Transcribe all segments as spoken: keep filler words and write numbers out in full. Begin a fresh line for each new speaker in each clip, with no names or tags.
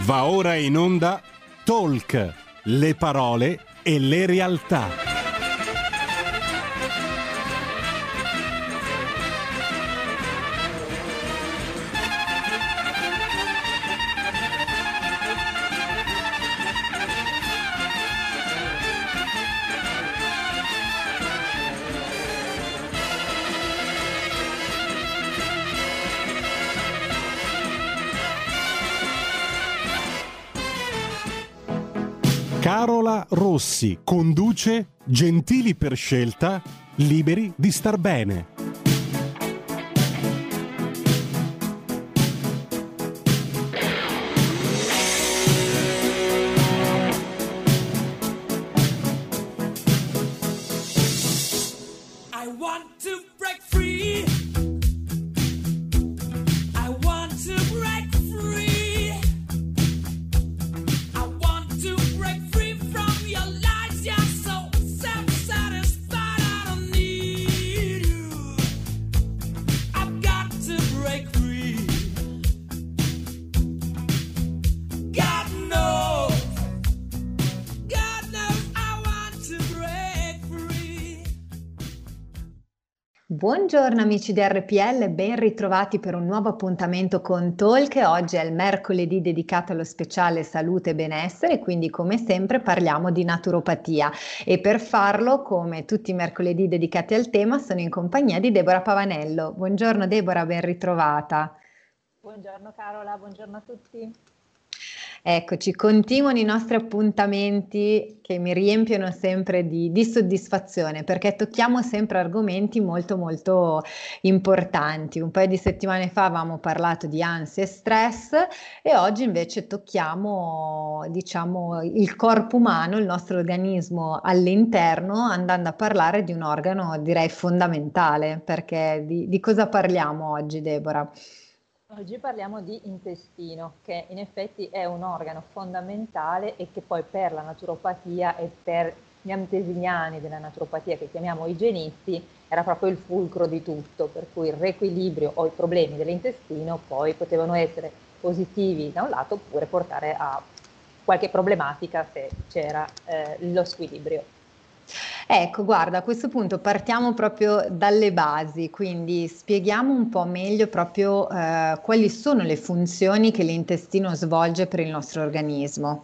Va ora in onda Talk, le parole e le realtà. Carola Rossi conduce Gentili per scelta, liberi di star bene.
Buongiorno amici di R P L, ben ritrovati per un nuovo appuntamento con Talk. Oggi è il mercoledì dedicato allo speciale salute e benessere, quindi come sempre parliamo di naturopatia e per farlo, come tutti i mercoledì dedicati al tema, sono in compagnia di Deborah Pavanello. Buongiorno Deborah, ben ritrovata.
Buongiorno Carola, buongiorno a tutti.
Eccoci, continuano i nostri appuntamenti che mi riempiono sempre di, di soddisfazione perché tocchiamo sempre argomenti molto molto importanti. Un paio di settimane fa avevamo parlato di ansia e stress e oggi invece tocchiamo, diciamo, il corpo umano, il nostro organismo all'interno, andando a parlare di un organo direi fondamentale, perché di, di cosa parliamo oggi, Deborah?
Oggi parliamo di intestino, che in effetti è un organo fondamentale e che poi per la naturopatia e per gli antesignani della naturopatia, che chiamiamo igienisti, era proprio il fulcro di tutto, per cui il riequilibrio o i problemi dell'intestino poi potevano essere positivi da un lato oppure portare a qualche problematica se c'era eh, lo squilibrio.
Ecco, guarda, a questo punto partiamo proprio dalle basi, quindi spieghiamo un po' meglio proprio eh, quali sono le funzioni che l'intestino svolge per il nostro organismo.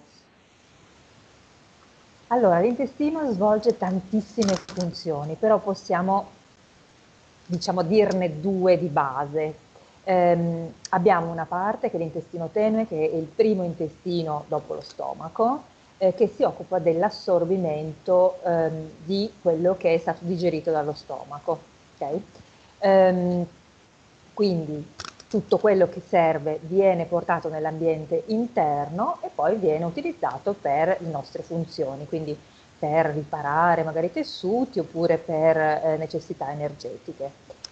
Allora, l'intestino svolge tantissime funzioni, però possiamo, diciamo, dirne due di base. Ehm, abbiamo una parte che è l'intestino tenue, che è il primo intestino dopo lo stomaco, eh, che si occupa dell'assorbimento ehm, di quello che è stato digerito dallo stomaco. Okay? Ehm, quindi tutto quello che serve viene portato nell'ambiente interno e poi viene utilizzato per le nostre funzioni, quindi per riparare magari i tessuti oppure per eh, necessità energetiche.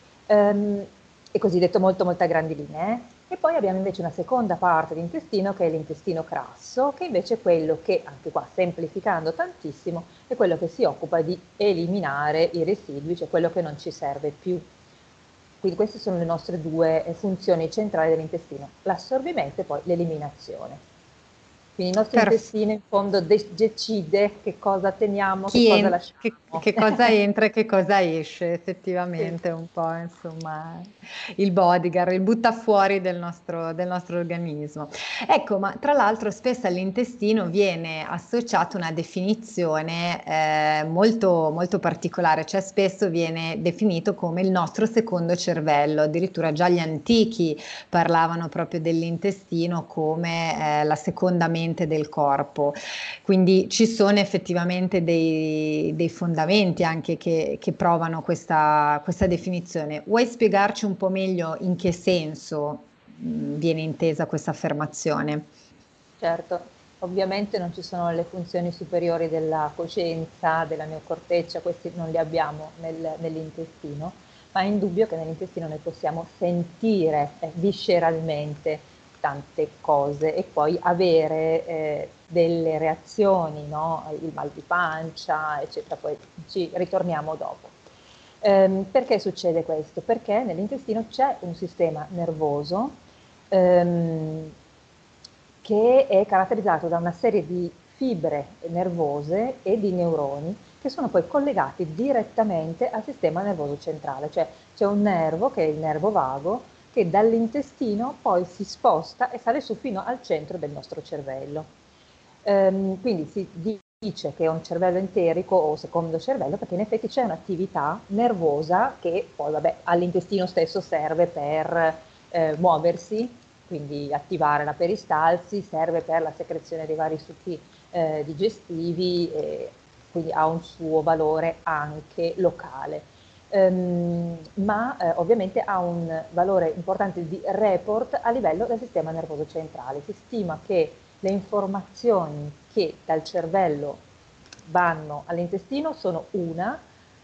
Ehm, e così detto molto molto a grandi linee. E poi abbiamo invece una seconda parte dell'intestino che è l'intestino crasso, che invece è quello che, anche qua semplificando tantissimo, è quello che si occupa di eliminare i residui, cioè quello che non ci serve più. Quindi queste sono le nostre due eh, funzioni centrali dell'intestino, l'assorbimento e poi l'eliminazione. Quindi il nostro
Perfetto.
intestino in fondo de- decide che cosa teniamo,
Chi
che cosa
en-
lasciamo.
che, che cosa entra e che cosa esce,
Sì.
effettivamente, un po', insomma, il bodyguard, il buttafuori del nostro, del nostro organismo. Ecco, ma tra l'altro spesso all'intestino viene associata una definizione eh, molto, molto particolare, cioè spesso viene definito come il nostro secondo cervello, addirittura già gli antichi parlavano proprio dell'intestino come eh, la seconda mente del corpo. Quindi ci sono effettivamente dei, dei fondamenti anche che, che provano questa, questa definizione. Vuoi spiegarci un po' meglio in che senso mh, viene intesa questa affermazione?
Certo, ovviamente non ci sono le funzioni superiori della coscienza, della neocorteccia, questi non li abbiamo nel- nell'intestino, ma è indubbio che nell'intestino noi possiamo sentire eh, visceralmente tante cose e poi avere eh, delle reazioni, no? Il mal di pancia, eccetera, poi ci ritorniamo dopo. Ehm, perché succede questo? Perché nell'intestino c'è un sistema nervoso ehm, che è caratterizzato da una serie di fibre nervose e di neuroni che sono poi collegati direttamente al sistema nervoso centrale, cioè c'è un nervo che è il nervo vago che dall'intestino poi si sposta e sale su fino al centro del nostro cervello. Ehm, quindi si dice che è un cervello enterico o secondo cervello perché in effetti c'è un'attività nervosa che poi vabbè, all'intestino stesso serve per eh, muoversi, quindi attivare la peristalsi, serve per la secrezione dei vari succhi eh, digestivi, e quindi ha un suo valore anche locale. Um, ma eh, ovviamente ha un valore importante di report a livello del sistema nervoso centrale. Si stima che le informazioni che dal cervello vanno all'intestino sono una,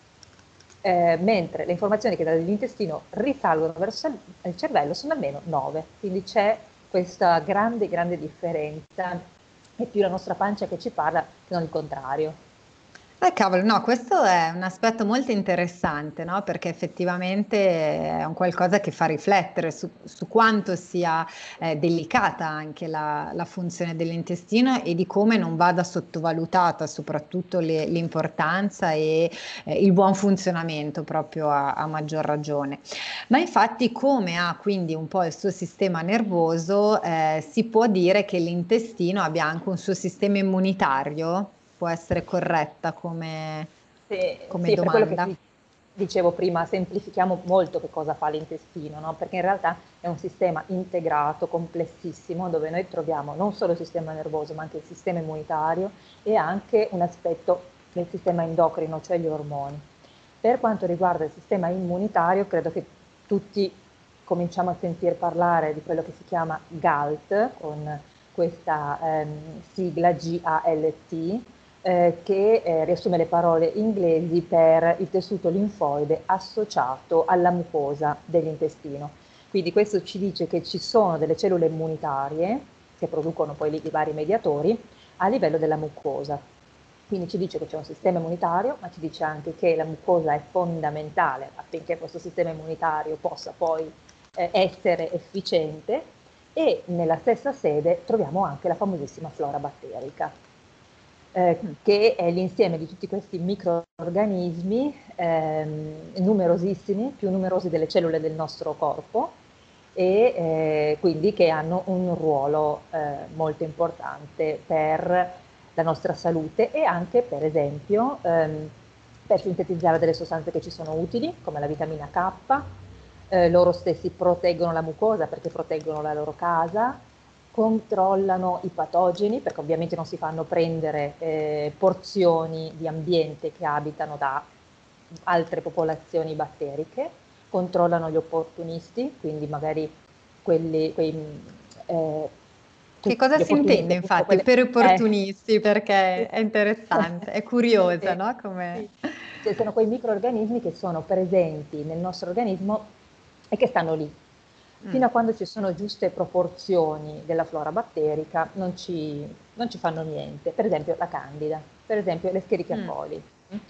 eh, mentre le informazioni che dall'intestino risalgono verso il cervello sono almeno nove. Quindi c'è questa grande, grande differenza. È più la nostra pancia che ci parla che non il contrario.
Eh cavolo, no, questo è un aspetto molto interessante, no? Perché effettivamente è un qualcosa che fa riflettere su, su quanto sia eh, delicata anche la, la funzione dell'intestino e di come non vada sottovalutata soprattutto le- l'importanza e eh, il buon funzionamento proprio a, a maggior ragione. Ma infatti come ha quindi un po' il suo sistema nervoso, eh, si può dire che l'intestino abbia anche un suo sistema immunitario? Può essere corretta come,
Sì,
come
sì, per quello che
domanda.
ti dicevo prima, semplifichiamo molto che cosa fa l'intestino, no? Perché in realtà è un sistema integrato, complessissimo, dove noi troviamo non solo il sistema nervoso, ma anche il sistema immunitario e anche un aspetto del sistema endocrino, cioè gli ormoni. Per quanto riguarda il sistema immunitario, credo che tutti cominciamo a sentir parlare di quello che si chiama GALT, con questa ehm, sigla G A L T, eh, che eh, riassume le parole inglesi per il tessuto linfoide associato alla mucosa dell'intestino. Quindi questo ci dice che ci sono delle cellule immunitarie che producono poi i vari mediatori a livello della mucosa. Quindi ci dice che c'è un sistema immunitario, ma ci dice anche che la mucosa è fondamentale affinché questo sistema immunitario possa poi eh, essere efficiente, e nella stessa sede troviamo anche la famosissima flora batterica, eh,
Mm.
che è l'insieme di tutti questi microorganismi ehm, numerosissimi, più numerosi delle cellule del nostro corpo, e eh, quindi che hanno un ruolo eh, molto importante per la nostra salute e anche, per esempio, ehm, per sintetizzare delle sostanze che ci sono utili, come la vitamina K. Eh, loro stessi proteggono la mucosa perché proteggono la loro casa, controllano i patogeni perché ovviamente non si fanno prendere eh, porzioni di ambiente che abitano da altre popolazioni batteriche, controllano gli opportunisti, quindi magari quelli, quei, eh,
Che cosa
gli
si
opportunisti
intende
appunto
infatti
quelle,
per
eh,
opportunisti? Perché è interessante, è curiosa,
sì,
no? Come...
sì. Cioè, sono quei microrganismi che sono presenti nel nostro organismo e che stanno lì. Fino a
Mm,
quando ci sono giuste proporzioni della flora batterica non ci, non ci fanno niente. Per esempio la candida, per esempio le Escherichia
mm.
coli.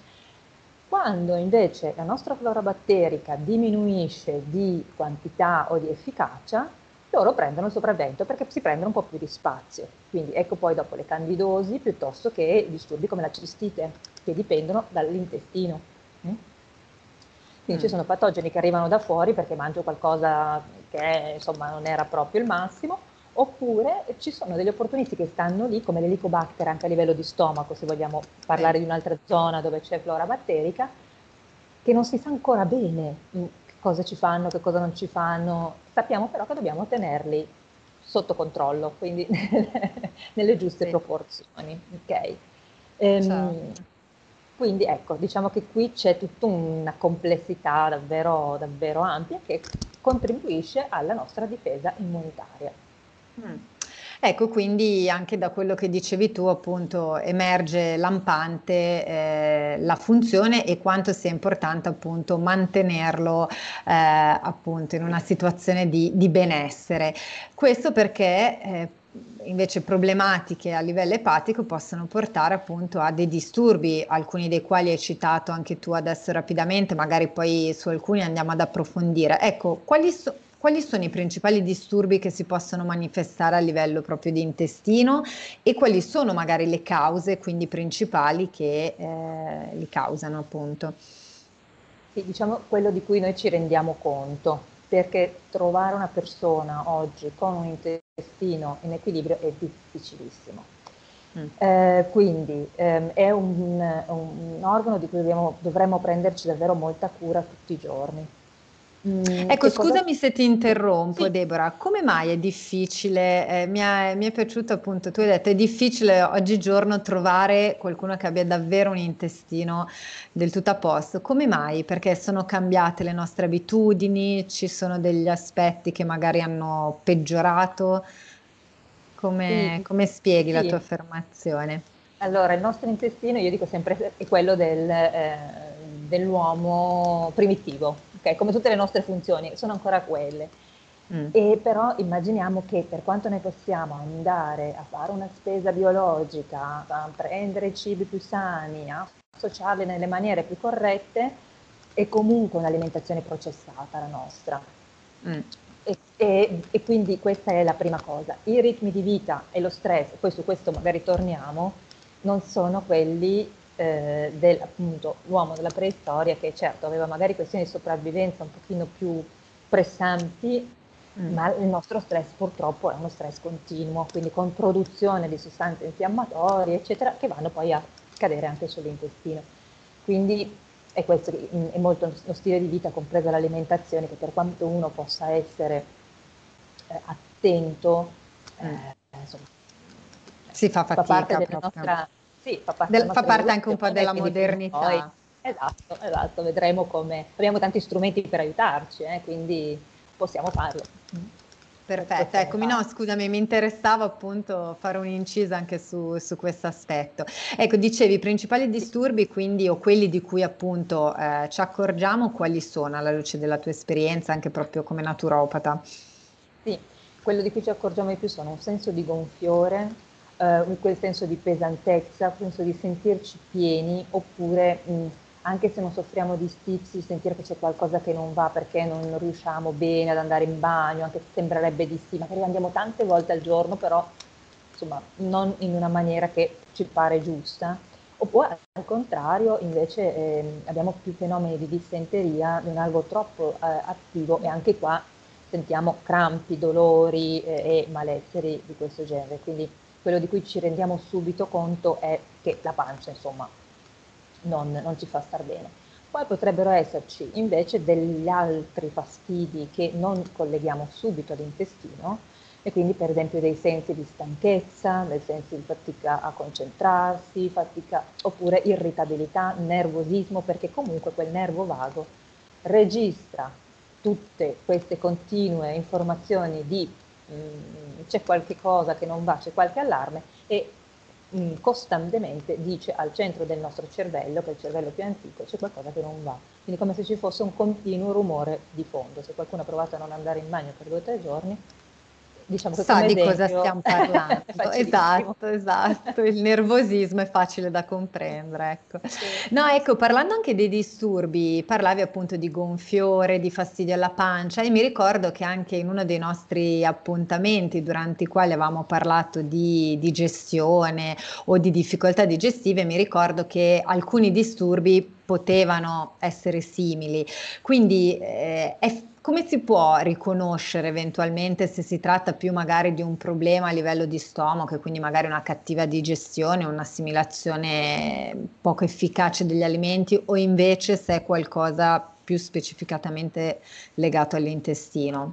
Quando invece la nostra flora batterica diminuisce di quantità o di efficacia, loro prendono il sopravvento perché si prendono un po' più di spazio. Quindi ecco poi dopo le candidosi piuttosto che disturbi come la cistite, che dipendono dall'intestino. Mm? Quindi ci
Mm.
sono patogeni che arrivano da fuori perché mangio qualcosa che insomma non era proprio il massimo, oppure ci sono degli opportunisti che stanno lì, come l'Helicobacter anche a livello di stomaco, se vogliamo
Sì.
parlare di un'altra zona dove c'è flora batterica, che non si sa ancora bene mm, che cosa ci fanno, che cosa non ci fanno. Sappiamo però che dobbiamo tenerli sotto controllo, quindi nelle giuste
Sì,
proporzioni. Ok? Ehm,
certo.
quindi ecco, diciamo che qui c'è tutta una complessità davvero, davvero ampia che contribuisce alla nostra difesa immunitaria.
Mm. Ecco, quindi anche da quello che dicevi tu, appunto, emerge lampante eh, la funzione e quanto sia importante appunto mantenerlo eh, appunto in una situazione di, di benessere. Questo perché eh, invece problematiche a livello epatico possono portare appunto a dei disturbi, alcuni dei quali hai citato anche tu adesso rapidamente, magari poi su alcuni andiamo ad approfondire. Ecco, quali sono quali sono i principali disturbi che si possono manifestare a livello proprio di intestino e quali sono magari le cause, quindi principali, che eh, li causano appunto.
Sì, diciamo quello di cui noi ci rendiamo conto, perché trovare una persona oggi con un intestino in equilibrio è difficilissimo.
Mm.
Eh, quindi ehm, è un, un organo di cui dobbiamo- dovremmo prenderci davvero molta cura tutti i giorni. Mm,
Ecco,
che cosa...
scusami se ti interrompo,
Sì,
Deborah, come mai è difficile, eh, mi è, mi è piaciuto appunto, tu hai detto, è difficile oggigiorno trovare qualcuno che abbia davvero un intestino del tutto a posto. Come mai? Perché sono cambiate le nostre abitudini, ci sono degli aspetti che magari hanno peggiorato? Come,
sì,
come spieghi la tua
sì.
affermazione?
Allora, il nostro intestino, io dico sempre, è quello del, eh, dell'uomo primitivo, ok? Come tutte le nostre funzioni, sono ancora quelle.
Mm,
E però immaginiamo che per quanto noi possiamo andare a fare una spesa biologica, a prendere i cibi più sani, a associarli nelle maniere più corrette, è comunque un'alimentazione processata la nostra.
mm,
E, e- e quindi questa è la prima cosa. I ritmi di vita e lo stress, poi su questo magari torniamo, non sono quelli eh, del, appunto, l'uomo della preistoria che certo aveva magari questioni di sopravvivenza un pochino più pressanti,
mm.
ma il nostro stress purtroppo è uno stress continuo, quindi con produzione di sostanze infiammatorie, eccetera, che vanno poi a cadere anche sull'intestino. Quindi è questo, è molto lo stile di vita, compresa l'alimentazione, che per quanto uno possa essere eh, attento,
Mm.
eh, insomma,
Si fa
fa parte
fatica
della
proprio.
nostra, sì, fa parte
Del-
della
fa
nostra
parte anche un po'
evoluzione,
della
quindi prima o poi,
modernità.
esatto, esatto, vedremo come, abbiamo tanti strumenti per aiutarci, eh, quindi possiamo farlo. Mm.
Perfetto,
Possiamo
eccomi, no,
farlo.
scusami, mi interessava appunto fare un'incisa anche su, su questo aspetto. Ecco, dicevi, i principali
Sì.
disturbi, quindi, o quelli di cui appunto eh, ci accorgiamo, quali sono alla luce della tua esperienza, anche proprio come naturopata?
Sì, quello di cui ci accorgiamo di più sono un senso di gonfiore, eh, un- quel senso di pesantezza, un senso di sentirci pieni, oppure mh, anche se non soffriamo di stizzi, sentire che c'è qualcosa che non va perché non riusciamo bene ad andare in bagno, anche se sembrerebbe di sì, magari andiamo tante volte al giorno, però insomma non in una maniera che ci pare giusta. Oppure al contrario, invece ehm, abbiamo più fenomeni di dissenteria, di un algo troppo eh, attivo e anche qua sentiamo crampi, dolori eh, e malesseri di questo genere. Quindi quello di cui ci rendiamo subito conto è che la pancia, insomma, non, non ci fa star bene. Poi potrebbero esserci invece degli altri fastidi che non colleghiamo subito all'intestino e quindi per esempio dei sensi di stanchezza, dei sensi di fatica a concentrarsi, fatica, oppure irritabilità, nervosismo, perché comunque quel nervo vago registra tutte queste continue informazioni di mh, c'è qualche cosa che non va, c'è qualche allarme e mh, costantemente dice al centro del nostro cervello, che è il cervello più antico, c'è qualcosa che non va. Quindi come se ci fosse un continuo rumore di fondo. Se qualcuno ha provato a non andare in bagno per due o tre giorni, diciamo che
Sa
come
di cosa
esempio
stiamo
è
parlando,
facilissimo.
esatto, esatto, il nervosismo è facile da comprendere, ecco.
Sì.
No, ecco, parlando anche dei disturbi, parlavi appunto di gonfiore, di fastidio alla pancia e mi ricordo che anche in uno dei nostri appuntamenti durante i quali avevamo parlato di digestione o di difficoltà digestive, mi ricordo che alcuni disturbi potevano essere simili. Quindi eh, è- come si può riconoscere eventualmente se si tratta più magari di un problema a livello di stomaco e quindi magari una cattiva digestione, un'assimilazione poco efficace degli alimenti o invece se è qualcosa più specificatamente legato all'intestino?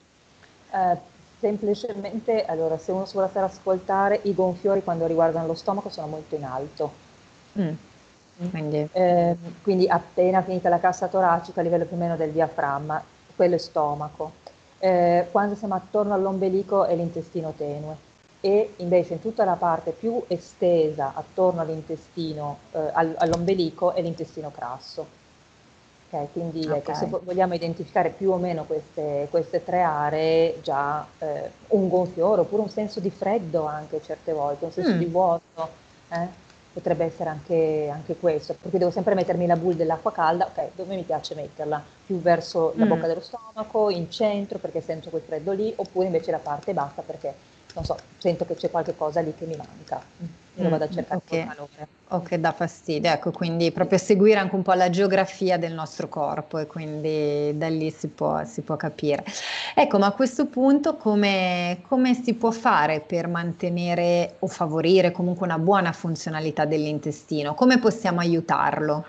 Eh, semplicemente, allora, se uno si vuole stare ad ascoltare, i gonfiori quando riguardano lo stomaco sono molto in alto.
Mm,
Mm.
quindi,
Eh, quindi appena finita la cassa toracica a livello più o meno del diaframma, quello è stomaco. Eh, quando siamo attorno all'ombelico è l'intestino tenue e invece in tutta la parte più estesa attorno all'intestino, eh, all- all'ombelico è l'intestino grasso. Ok, quindi
ok.
ecco, se vo- vogliamo identificare più o meno queste, queste tre aree, già eh, un gonfiore oppure un senso di freddo anche certe volte, un senso di
Mm.
vuoto. eh. potrebbe essere anche, anche questo, perché devo sempre mettermi la boule dell'acqua calda, ok, dove mi piace metterla? Più verso la
Mm.
bocca dello stomaco, in centro perché sento quel freddo lì, oppure invece la parte bassa perché, non so, sento che c'è qualche cosa lì che mi manca mm, e lo
Mm,
vado a
mm,
cercare col
ok,
calore. Mm.
ok, dà fastidio. Ecco, quindi
Sì.
proprio seguire anche un po' la geografia del nostro corpo e quindi da lì si può, si può capire. Ecco, ma a questo punto come, come si può fare per mantenere o favorire comunque una buona funzionalità dell'intestino? Come possiamo aiutarlo?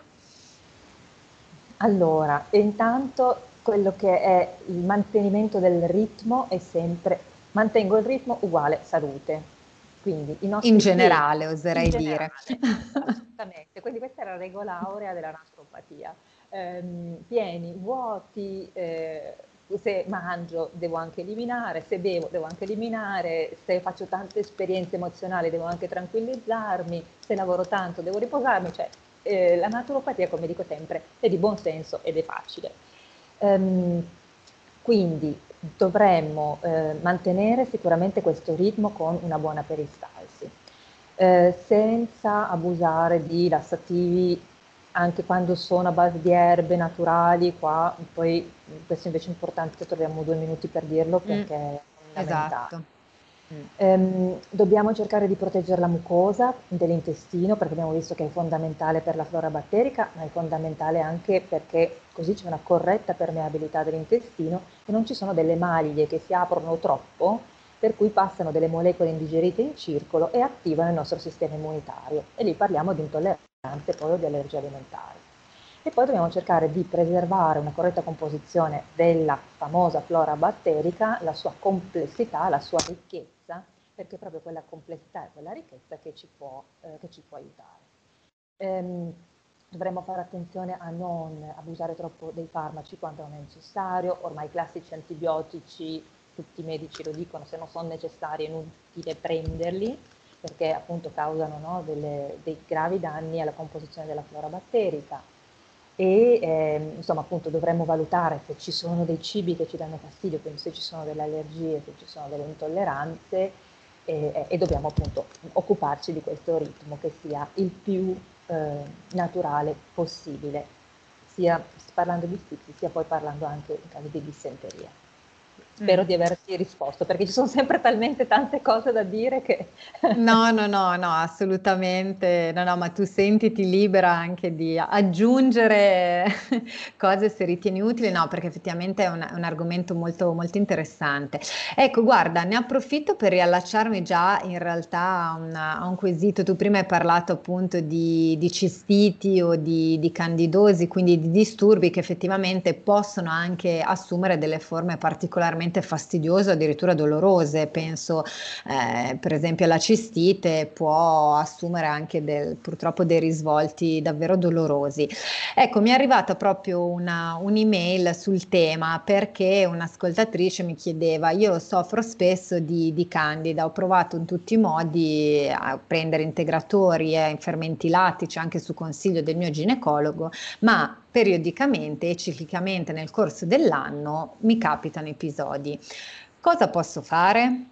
Allora, e intanto quello che è il mantenimento del ritmo è sempre, mantengo il ritmo uguale salute. Quindi i
In
nostri piedi,
generale,
in
oserei dire.
generale, assolutamente, quindi questa è la regola aurea della naturopatia. Ehm, pieni, vuoti, eh, se mangio devo anche eliminare, se bevo devo anche eliminare, se faccio tante esperienze emozionali devo anche tranquillizzarmi, se lavoro tanto devo riposarmi, cioè eh, la naturopatia, come dico sempre, è di buon senso ed è facile. Ehm, quindi dovremmo eh, mantenere sicuramente questo ritmo con una buona peristalsi, eh, senza abusare di lassativi anche quando sono a base di erbe naturali. Qua poi questo invece è importante, troviamo due minuti per dirlo
Mm,
perché è fondamentale.
esatto. Mm.
Ehm, dobbiamo cercare di proteggere la mucosa dell'intestino perché abbiamo visto che è fondamentale per la flora batterica, ma è fondamentale anche perché così c'è una corretta permeabilità dell'intestino e non ci sono delle maglie che si aprono troppo, per cui passano delle molecole indigerite in circolo e attivano il nostro sistema immunitario. E lì parliamo di intolleranze poi o di allergie alimentari. E poi dobbiamo cercare di preservare una corretta composizione della famosa flora batterica, la sua complessità, la sua ricchezza, perché è proprio quella complessità e quella ricchezza che ci può, eh, che ci può aiutare. Ehm, dovremmo fare attenzione a non abusare troppo dei farmaci quando non è necessario, ormai i classici antibiotici, tutti i medici lo dicono, se non sono necessari è inutile prenderli, perché appunto causano, no, delle, dei gravi danni alla composizione della flora batterica. E eh, insomma appunto dovremmo valutare se ci sono dei cibi che ci danno fastidio, quindi se ci sono delle allergie, se ci sono delle intolleranze e, e dobbiamo appunto occuparci di questo ritmo che sia il più eh, naturale possibile, sia parlando di stipsi, sia poi parlando anche in caso di dissenteria. Spero
Mm.
di averti risposto, perché ci sono sempre talmente tante cose da dire che...
No, no, no, no, assolutamente. No, no, ma tu sentiti libera anche di aggiungere cose se ritieni utili, no, perché effettivamente è un, è un argomento molto, molto interessante. Ecco, guarda, ne approfitto per riallacciarmi già in realtà a, una- a un quesito. Tu prima hai parlato appunto di, di cistiti o di, di candidosi, quindi di disturbi che effettivamente possono anche assumere delle forme particolarmente fastidiose o addirittura dolorose. Penso eh, per esempio la cistite può assumere anche del- purtroppo dei risvolti davvero dolorosi. Ecco, mi è arrivata proprio una, un'email sul tema perché un'ascoltatrice mi chiedeva, io soffro spesso di, di candida, ho provato in tutti i modi a prendere integratori e fermenti lattici anche su consiglio del mio ginecologo, ma periodicamente e ciclicamente nel corso dell'anno mi capitano episodi. Cosa posso fare?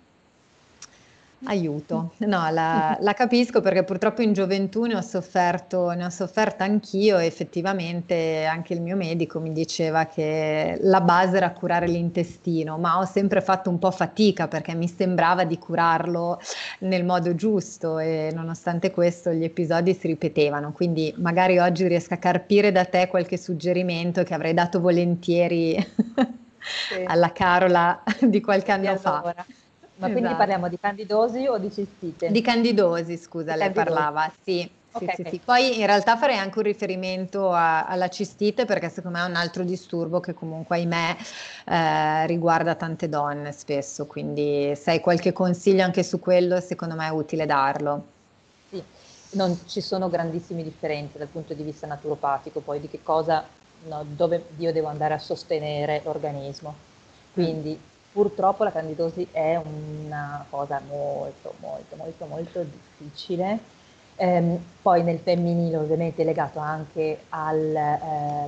Aiuto, no, la, la capisco perché purtroppo in gioventù ne ho sofferto, ne ho sofferto anch'io e effettivamente anche il mio medico mi diceva che la base era curare l'intestino, ma ho sempre fatto un po' fatica perché mi sembrava di curarlo nel modo giusto e nonostante questo gli episodi si ripetevano, quindi magari oggi riesco a carpire da te qualche suggerimento che avrei dato volentieri
Sì.
alla Carola di qualche
Di
anno fa.
allora. Ma quindi
Esatto.
parliamo di candidosi o di
Di
cistite?
candidosi, scusa,
Di
lei
candidosi.
parlava, sì, sì,
Ok,
sì,
ok.
sì. Poi in realtà farei anche un riferimento a- alla cistite perché secondo me è un altro disturbo che comunque, ahimè, eh, riguarda tante donne spesso, quindi se hai qualche consiglio anche su quello, secondo me è utile darlo.
Sì, non ci sono grandissime differenze dal punto di vista naturopatico, poi di che cosa, no, dove io devo andare a sostenere l'organismo.
Mm.
Quindi purtroppo la candidosi è una cosa molto, molto, molto, molto difficile. Ehm, poi nel femminile ovviamente è legato anche al, ehm,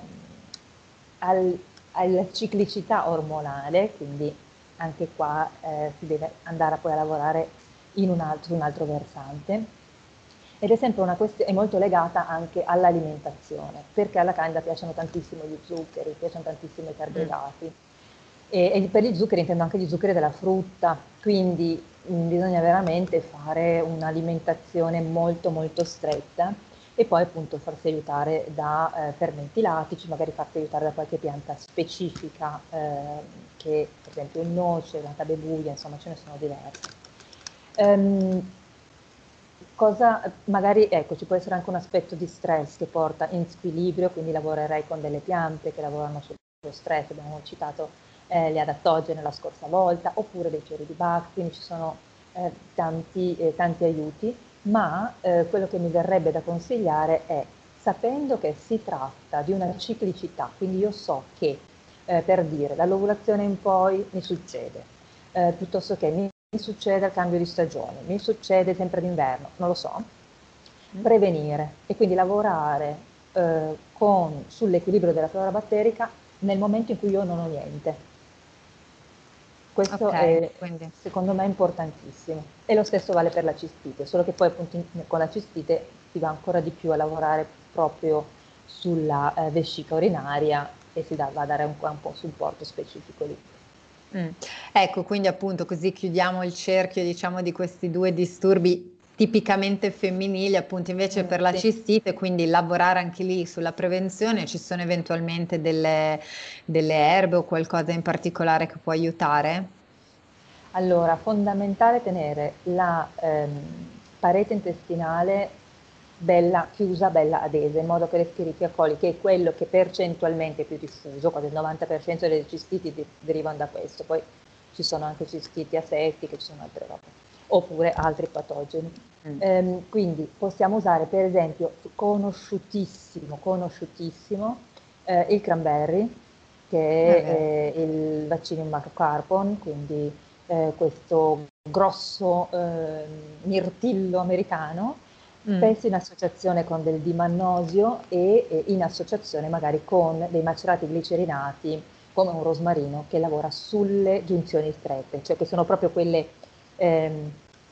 al- alla ciclicità ormonale, quindi anche qua eh, si deve andare a poi a lavorare in un altro, un altro versante. ed è sempre una questione, è molto legata anche all'alimentazione, perché alla candida piacciono tantissimo gli zuccheri, piacciono tantissimo i
Mm.
carboidrati. E, e per gli zuccheri intendo anche gli zuccheri della frutta, quindi mh, bisogna veramente fare un'alimentazione molto molto stretta e poi appunto farsi aiutare da eh, fermenti lattici, magari farsi aiutare da qualche pianta specifica, eh, che per esempio il noce, la tabebuia, insomma ce ne sono diverse. Ehm, cosa, magari ecco, ci può essere anche un aspetto di stress che porta in squilibrio, quindi lavorerei con delle piante che lavorano sullo stress, abbiamo citato eh, le adattogene la scorsa volta, oppure dei fiori di Bach, quindi ci sono eh, tanti, eh, tanti aiuti, ma eh, quello che mi verrebbe da consigliare è, sapendo che si tratta di una ciclicità, quindi io so che eh, per dire dall'ovulazione in poi mi succede, eh, piuttosto che mi, mi succede al cambio di stagione, mi succede sempre d'inverno, non lo so, prevenire e quindi lavorare eh, con, sull'equilibrio della flora batterica nel momento in cui io non ho niente. Questo
Ok,
è
quindi.
secondo me importantissimo. E lo stesso vale per la cistite, solo che poi appunto in- con la cistite si va ancora di più a lavorare proprio sulla eh, vescica urinaria e si dà- va a dare un, un po' supporto specifico lì.
Mm. Ecco, quindi appunto così chiudiamo il cerchio, diciamo, di questi due disturbi tipicamente femminili, appunto invece
Mm,
per la
sì.
cistite, quindi lavorare anche lì sulla prevenzione, ci sono eventualmente delle, delle erbe o qualcosa in particolare che può aiutare?
Allora, fondamentale tenere la ehm, parete intestinale bella chiusa, bella adesa, in modo che l'Escherichia coli, che è quello che percentualmente è più diffuso, quasi il novanta per cento delle cistiti de- derivano da questo, poi ci sono anche cistiti asettiche, ci sono altre robe, oppure altri patogeni.
Mm.
Ehm, quindi possiamo usare per esempio conosciutissimo, conosciutissimo eh, il cranberry,
È
che
vero.
è eh, il Vaccinium macrocarpon, quindi eh, questo grosso eh, mirtillo americano,
Mm.
spesso in associazione con del dimannosio e, e in associazione magari con dei macerati glicerinati come un rosmarino che lavora sulle giunzioni strette, cioè che sono proprio quelle, ehm,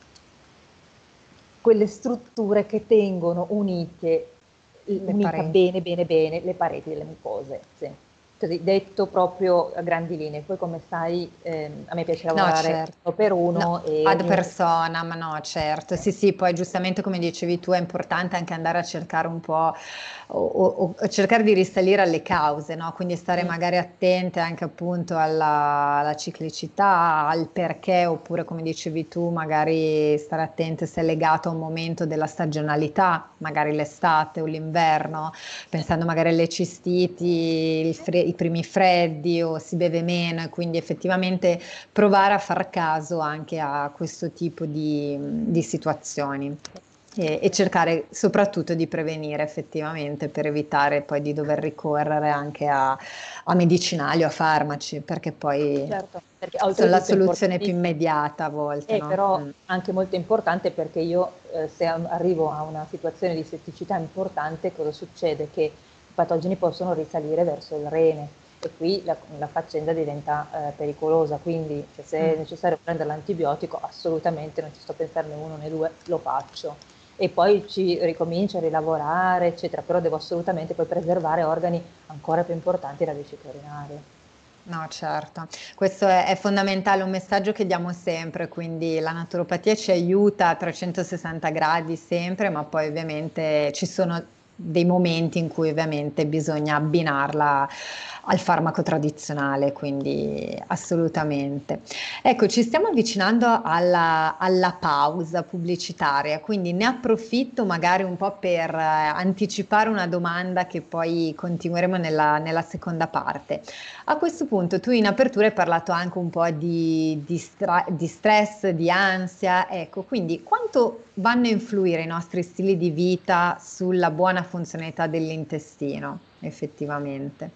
quelle strutture che tengono unite,
Le
unita
pareti.
bene bene bene le pareti delle mucose. Sì. Così detto proprio a grandi linee. Poi come sai, ehm, a me piace
No,
lavorare
certo.
uno per
No,
uno e
ad
ognuno...
persona, ma no, certo. Sì, sì, poi giustamente come dicevi tu è importante anche andare a cercare un po' o, o- o cercare di risalire alle cause, no? Quindi stare
Mm,
magari attente anche appunto alla, alla ciclicità, al perché, oppure come dicevi tu, magari stare attente se è legato a un momento della stagionalità, magari l'estate o l'inverno, pensando magari alle cistiti, il fre- i primi freddi o si beve meno e quindi effettivamente provare a far caso anche a questo tipo di, di situazioni e, e
sì.
cercare soprattutto di prevenire effettivamente per evitare poi di dover ricorrere anche a, a medicinali o a farmaci, perché poi
Certo, perché
sono la
oltretutto è
soluzione più
importantissimo.
immediata a volte,
È
no?
però
Mm.
anche molto importante perché io eh, se am- arrivo a una situazione di setticità importante, cosa succede? Che i patogeni possono risalire verso il rene e qui la, la faccenda diventa eh, pericolosa, quindi cioè, se è
Mm.
necessario prendere l'antibiotico, assolutamente non ci sto pensando né uno né due, lo faccio. E poi ci ricomincio a rilavorare, eccetera, però devo assolutamente poi preservare organi ancora più importanti della vescica urinaria.
No, certo, questo è, è fondamentale, un messaggio che diamo sempre, quindi la naturopatia ci aiuta a trecentosessanta gradi sempre, ma poi ovviamente ci sono dei momenti in cui ovviamente bisogna abbinarla al farmaco tradizionale, quindi assolutamente. Ecco, ci stiamo avvicinando alla, alla pausa pubblicitaria, quindi ne approfitto magari un po' per eh, anticipare una domanda che poi continueremo nella nella seconda parte. A questo punto tu in apertura hai parlato anche un po' di, di stra- di stress, di ansia, ecco, quindi quanto vanno a influire i nostri stili di vita sulla buona funzionalità dell'intestino, effettivamente?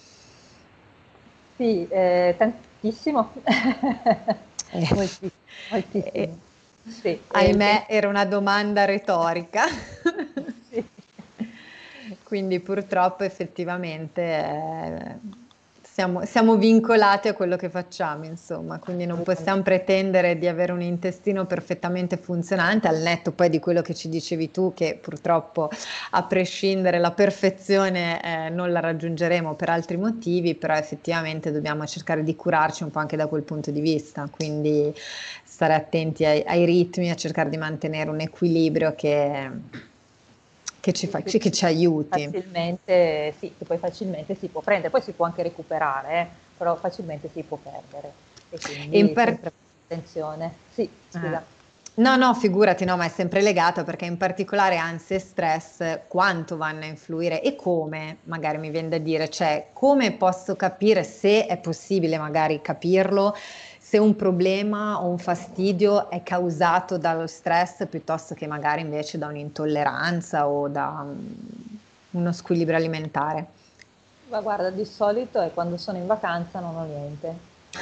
Sì, eh, tantissimo,
Eh,
moltissimo,
eh,
moltissimo. Sì, e il
ahimè,
tempo
era una domanda retorica.
sì.
Quindi purtroppo effettivamente eh, siamo, siamo vincolati a quello che facciamo, insomma, quindi non possiamo
Assolutamente.
pretendere di avere un intestino perfettamente funzionante, al netto poi di quello che ci dicevi tu, che purtroppo a prescindere la perfezione eh, non la raggiungeremo per altri motivi, però effettivamente dobbiamo cercare di curarci un po' anche da quel punto di vista, quindi stare attenti ai, ai ritmi, a cercare di mantenere un equilibrio che, che ci
Sì,
fa-
sì,
che ci aiuti.
facilmente, sì, che poi facilmente si può prendere, poi si può anche recuperare, eh, però facilmente si può perdere e
E in
quindi
par-
sempre attenzione. Sì,
eh.
scusa.
No, no, figurati, no, ma è sempre legato perché in particolare ansia e stress quanto vanno a influire e come, magari mi viene da dire, cioè come posso capire se è possibile magari capirlo, se un problema o un fastidio è causato dallo stress piuttosto che magari invece da un'intolleranza o da mm, uno squilibrio alimentare.
Ma guarda, di solito è quando sono in vacanza non ho niente.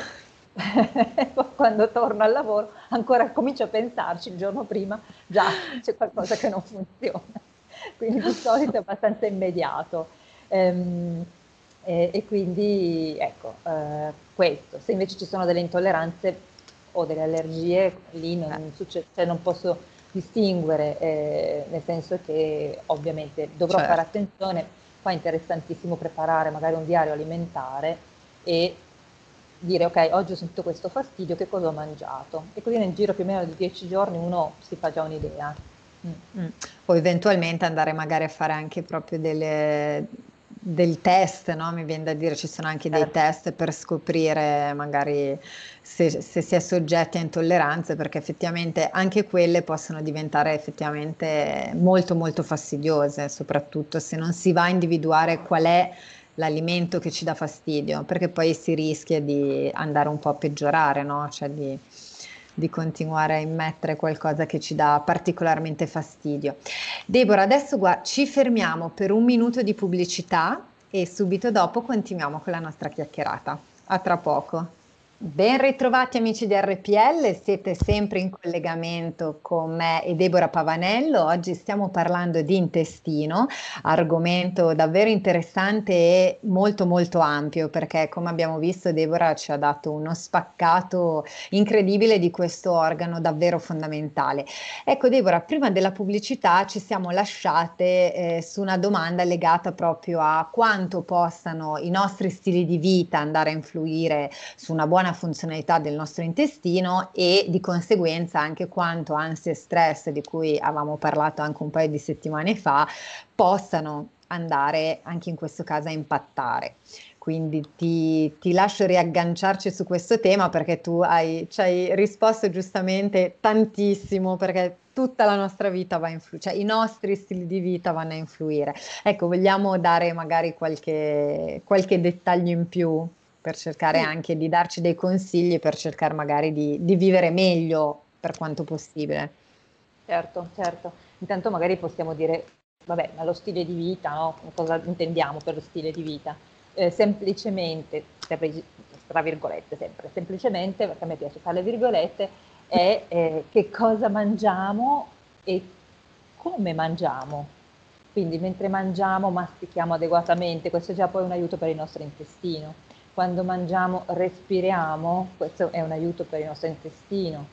Quando torno al lavoro ancora comincio a pensarci il giorno prima, già c'è qualcosa che non funziona. Quindi di solito è abbastanza immediato. Ehm, e, e quindi ecco, eh, questo. Se invece ci sono delle intolleranze o delle allergie, lì
Eh,
non succede, cioè non posso distinguere, eh, nel senso che ovviamente dovrò fare
certo.
attenzione. Qua è interessantissimo preparare magari un diario alimentare e dire ok, oggi ho sentito questo fastidio, che cosa ho mangiato? E così nel giro più o meno di dieci giorni uno si fa già un'idea. Mm.
Mm. O eventualmente andare magari a fare anche proprio delle, del test, no? Mi viene da dire, ci sono anche dei
Certo,
test per scoprire magari se, se si è soggetti a intolleranze, perché effettivamente anche quelle possono diventare effettivamente molto molto fastidiose, soprattutto se non si va a individuare qual è l'alimento che ci dà fastidio, perché poi si rischia di andare un po' a peggiorare, no? Cioè di, di continuare a immettere qualcosa che ci dà particolarmente fastidio. Deborah, adesso gua- ci fermiamo per un minuto di pubblicità e subito dopo continuiamo con la nostra chiacchierata. A tra poco. Ben ritrovati amici di R P L, siete sempre in collegamento con me e Deborah Pavanello. Oggi stiamo parlando di intestino, argomento davvero interessante e molto molto ampio perché come abbiamo visto Deborah ci ha dato uno spaccato incredibile di questo organo davvero fondamentale. Ecco Deborah, prima della pubblicità ci siamo lasciate eh, su una domanda legata proprio a quanto possano i nostri stili di vita andare a influire su una buona funzionalità del nostro intestino e di conseguenza anche quanto ansia e stress, di cui avevamo parlato anche un paio di settimane fa, possano andare anche in questo caso a impattare. Quindi ti, ti lascio riagganciarci su questo tema perché tu hai, ci hai risposto giustamente tantissimo, perché tutta la nostra vita va a influire, cioè i nostri stili di vita vanno a influire. Ecco, vogliamo dare magari qualche, qualche dettaglio in più per cercare
sì,
anche di darci dei consigli per cercare magari di, di vivere meglio per quanto possibile.
certo, certo. Intanto magari possiamo dire, vabbè, ma lo stile di vita, no? Cosa intendiamo per lo stile di vita? Eh, semplicemente, sempre- tra virgolette sempre, semplicemente, perché a me piace fare le virgolette, è eh, che cosa mangiamo e come mangiamo. Quindi mentre mangiamo mastichiamo adeguatamente, questo è già poi un aiuto per il nostro intestino. Quando mangiamo respiriamo, questo è un aiuto per il nostro intestino.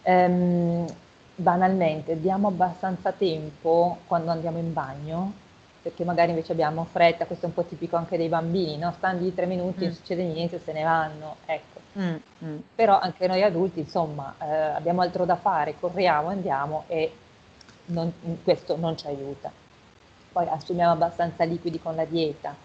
Ehm, banalmente, diamo abbastanza tempo quando andiamo in bagno, perché magari invece abbiamo fretta, questo è un po' tipico anche dei bambini, no? Stanno lì tre minuti, non
Mm,
succede niente, se ne vanno, ecco.
mm, mm.
Però anche noi adulti, insomma, eh, abbiamo altro da fare, corriamo, andiamo e non- questo non ci aiuta. Poi assumiamo abbastanza liquidi con la dieta.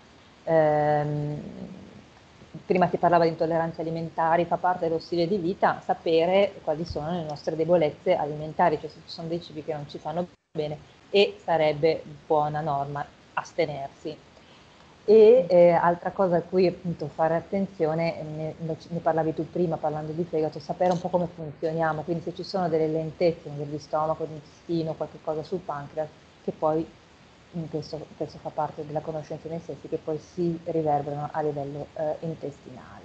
Ehm, prima si parlava di intolleranze alimentari, fa parte dello stile di vita sapere quali sono le nostre debolezze alimentari, cioè se ci sono dei cibi che non ci fanno bene e sarebbe buona norma astenersi. E eh, altra cosa a cui appunto fare attenzione, ne, ne parlavi tu prima parlando di fegato, sapere un po' come funzioniamo, quindi se ci sono delle lentezze negli stomaco, nell'intestino, qualche cosa sul pancreas, che poi in questo, questo fa parte della conoscenza nei stessi, che poi si riverberano a livello eh, intestinale.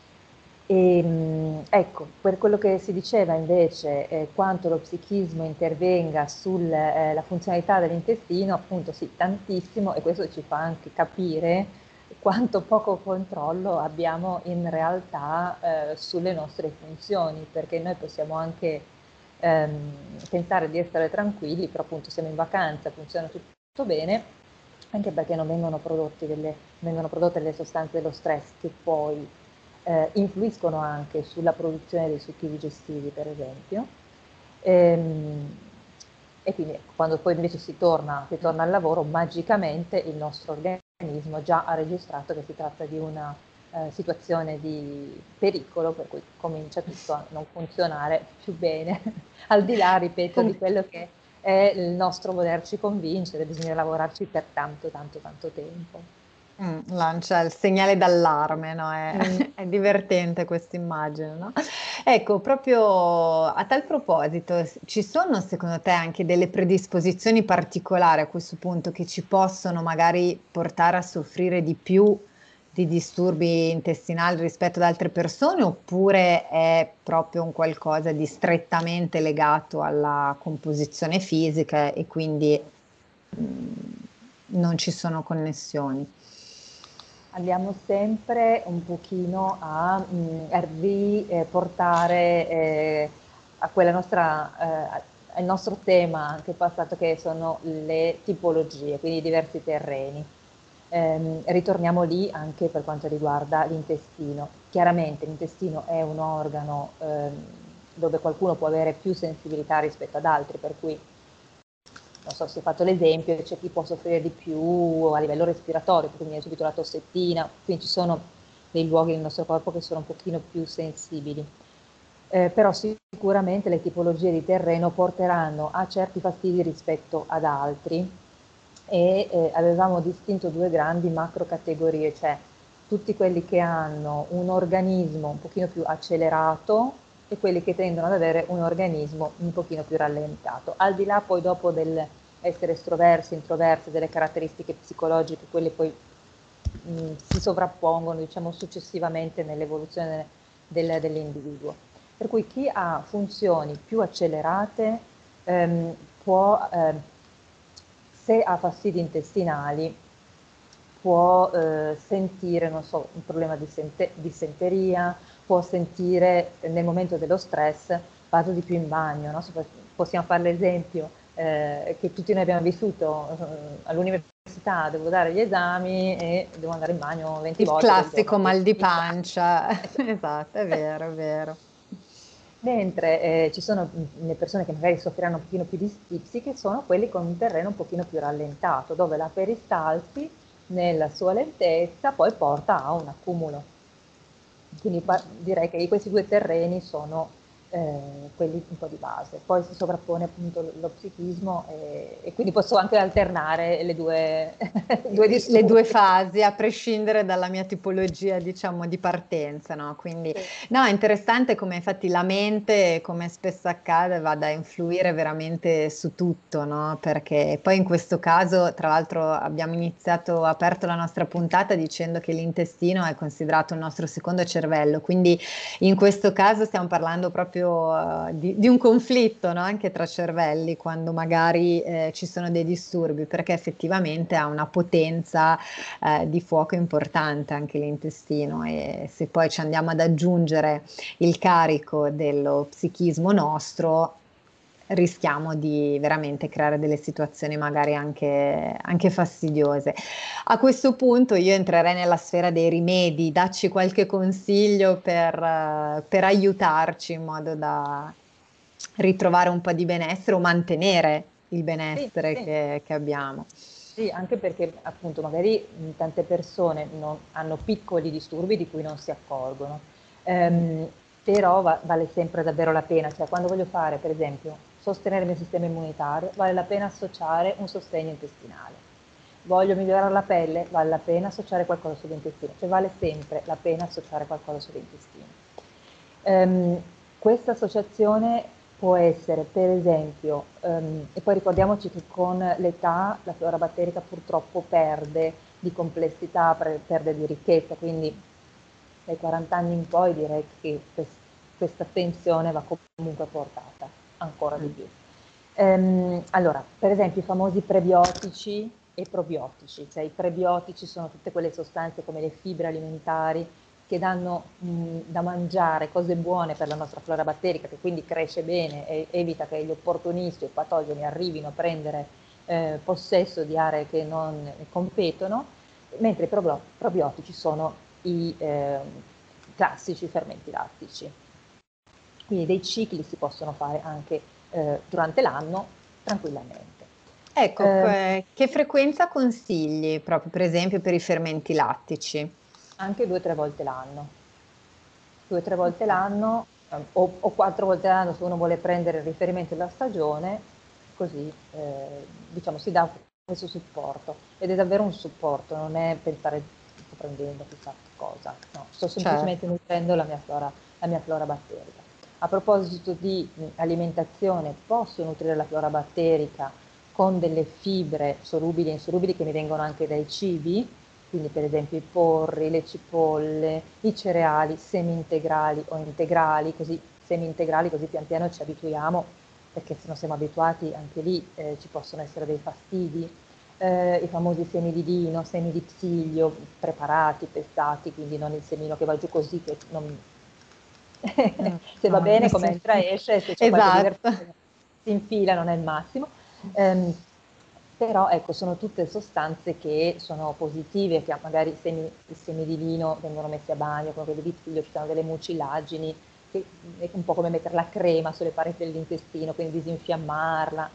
E, mh, ecco, per quello che si diceva invece, eh, quanto lo psichismo intervenga sulla funzionalità dell'intestino, appunto sì, tantissimo, e questo ci fa anche capire quanto poco controllo abbiamo in realtà eh, sulle nostre funzioni, perché noi possiamo anche ehm, pensare di essere tranquilli, però appunto siamo in vacanza, funziona tutto bene, anche perché non vengono, prodotti delle, vengono prodotte delle sostanze dello stress che poi eh, influiscono anche sulla produzione dei succhi digestivi, per esempio. Ehm, e quindi ecco, quando poi invece si torna, si torna al lavoro, magicamente il nostro organismo già ha registrato che si tratta di una eh, situazione di pericolo, per cui comincia tutto a non funzionare più bene, al di là, ripeto, di quello che è il nostro volerci convincere, bisogna lavorarci per tanto, tanto, tanto tempo.
Mm, lancia il segnale d'allarme, no? È,
Mm.
è divertente questa immagine, no? Ecco, proprio a tal proposito, s- ci sono secondo te anche delle predisposizioni particolari a questo punto che ci possono magari portare a soffrire di più di disturbi intestinali rispetto ad altre persone, oppure è proprio un qualcosa di strettamente legato alla composizione fisica e quindi mm, non ci sono connessioni?
Andiamo sempre un pochino a mh, a riportare eh, a quella nostra, eh, al nostro tema anche passato, che sono le tipologie, quindi i diversi terreni. Ehm, ritorniamo lì anche per quanto riguarda l'intestino. Chiaramente l'intestino è un organo ehm, dove qualcuno può avere più sensibilità rispetto ad altri, per cui non so se ho fatto l'esempio, c'è chi può soffrire di più a livello respiratorio, quindi hai subito la tossettina, quindi ci sono dei luoghi nel nostro corpo che sono un pochino più sensibili. Eh, però sicuramente le tipologie di terreno porteranno a certi fastidi rispetto ad altri, e eh, avevamo distinto due grandi macro categorie, cioè tutti quelli che hanno un organismo un pochino più accelerato e quelli che tendono ad avere un organismo un pochino più rallentato. Al di là poi dopo del essere estroversi, introversi, delle caratteristiche psicologiche, quelle poi mh, si sovrappongono, diciamo, successivamente nell'evoluzione del, dell'individuo. Per cui chi ha funzioni più accelerate ehm, può, eh, se ha fastidi intestinali, può eh, sentire, non so, un problema di sente- dissenteria, può sentire eh, nel momento dello stress, vado di più in bagno, no? Possiamo fare l'esempio eh, che tutti noi abbiamo vissuto eh, all'università, devo dare gli esami e devo andare in bagno venti
Il
volte quel giorno
classico
lì.
mal di
Il classico.
pancia,
Esatto.
esatto, è vero, è vero.
Mentre eh, ci sono mh, le persone che magari soffriranno un pochino più di stipsi, che sono quelli con un terreno un pochino più rallentato, dove la peristalsi nella sua lentezza poi porta a un accumulo. Quindi pa- direi che questi due terreni sono eh, quelli un po' di base. Poi si sovrappone appunto lo lo psichismo e, e quindi posso anche alternare le due, i due
Le due
disturbi.
fasi, a prescindere dalla mia tipologia, diciamo, di partenza, no? Quindi,
Sì.
no, è interessante come infatti la mente, come spesso accade, vada a influire veramente su tutto, no? Perché poi in questo caso, tra l'altro, abbiamo iniziato, aperto la nostra puntata dicendo che l'intestino è considerato il nostro secondo cervello, quindi in questo caso stiamo parlando proprio eh, di, di un conflitto, no? Anche tra cervelli, quando magari eh, ci sono dei disturbi, perché effettivamente ha una potenza eh, di fuoco importante anche l'intestino, e se poi ci andiamo ad aggiungere il carico dello psichismo nostro, rischiamo di veramente creare delle situazioni magari anche, anche fastidiose. A questo punto io entrerei nella sfera dei rimedi, dacci qualche consiglio per, eh, per aiutarci in modo da ritrovare un po' di benessere o mantenere il
Sì,
benessere
sì.
che, che abbiamo.
Sì, anche perché appunto magari mh, tante persone non- hanno piccoli disturbi di cui non si accorgono. Ehm, però va- vale sempre davvero la pena, cioè quando voglio fare per esempio sostenere il mio sistema immunitario, vale la pena associare un sostegno intestinale. Voglio migliorare la pelle, vale la pena associare qualcosa sull'intestino, cioè vale sempre la pena associare qualcosa sull'intestino. Ehm, Questa associazione può essere, per esempio, ehm, e poi ricordiamoci che con l'età la flora batterica purtroppo perde di complessità, pre- perde di ricchezza, quindi dai quaranta anni in poi direi che quest- questa tensione va comunque portata ancora di
Mm.
più. Ehm, allora, per esempio i famosi prebiotici e probiotici, cioè i prebiotici sono tutte quelle sostanze come le fibre alimentari che danno mh, da mangiare cose buone per la nostra flora batterica, che quindi cresce bene e evita che gli opportunisti o i patogeni arrivino a prendere eh, possesso di aree che non ne competono, mentre i probio- probiotici sono i eh, classici fermenti lattici. Quindi dei cicli si possono fare anche eh, durante l'anno tranquillamente.
Ecco,
Eh,
que- che frequenza consigli proprio per esempio per i fermenti lattici?
anche due o tre volte l'anno. Due o tre volte
Ok.
l'anno eh, o, o quattro volte l'anno se uno vuole prendere il riferimento della stagione, così eh, diciamo si dà questo supporto. Ed è davvero un supporto, non è pensare sto prendendo chissà che cosa, no, sto semplicemente
Certo.
nutrendo la mia flora, la mia flora batterica. A proposito di mh, alimentazione, posso nutrire la flora batterica con delle fibre solubili e insolubili che mi vengono anche dai cibi, quindi per esempio i porri, le cipolle, i cereali semi-integrali o integrali, così semi-integrali, così pian piano ci abituiamo, perché se non siamo abituati anche lì eh, ci possono essere dei fastidi. Eh, i famosi semi di lino, semi di psiglio, preparati, pestati, quindi non il semino che va giù così, che non...
Mm,
se va
no,
bene come
sì.
entra esce, se c'è qualche
Esatto.
diversità si infila, non è il massimo. Ehm, però ecco, sono tutte sostanze che sono positive, che magari i semi, i semi di lino vengono messi a bagno, come quelli di psiglio, ci sono delle mucillagini, che è un po' come mettere la crema sulle pareti dell'intestino, quindi disinfiammarla.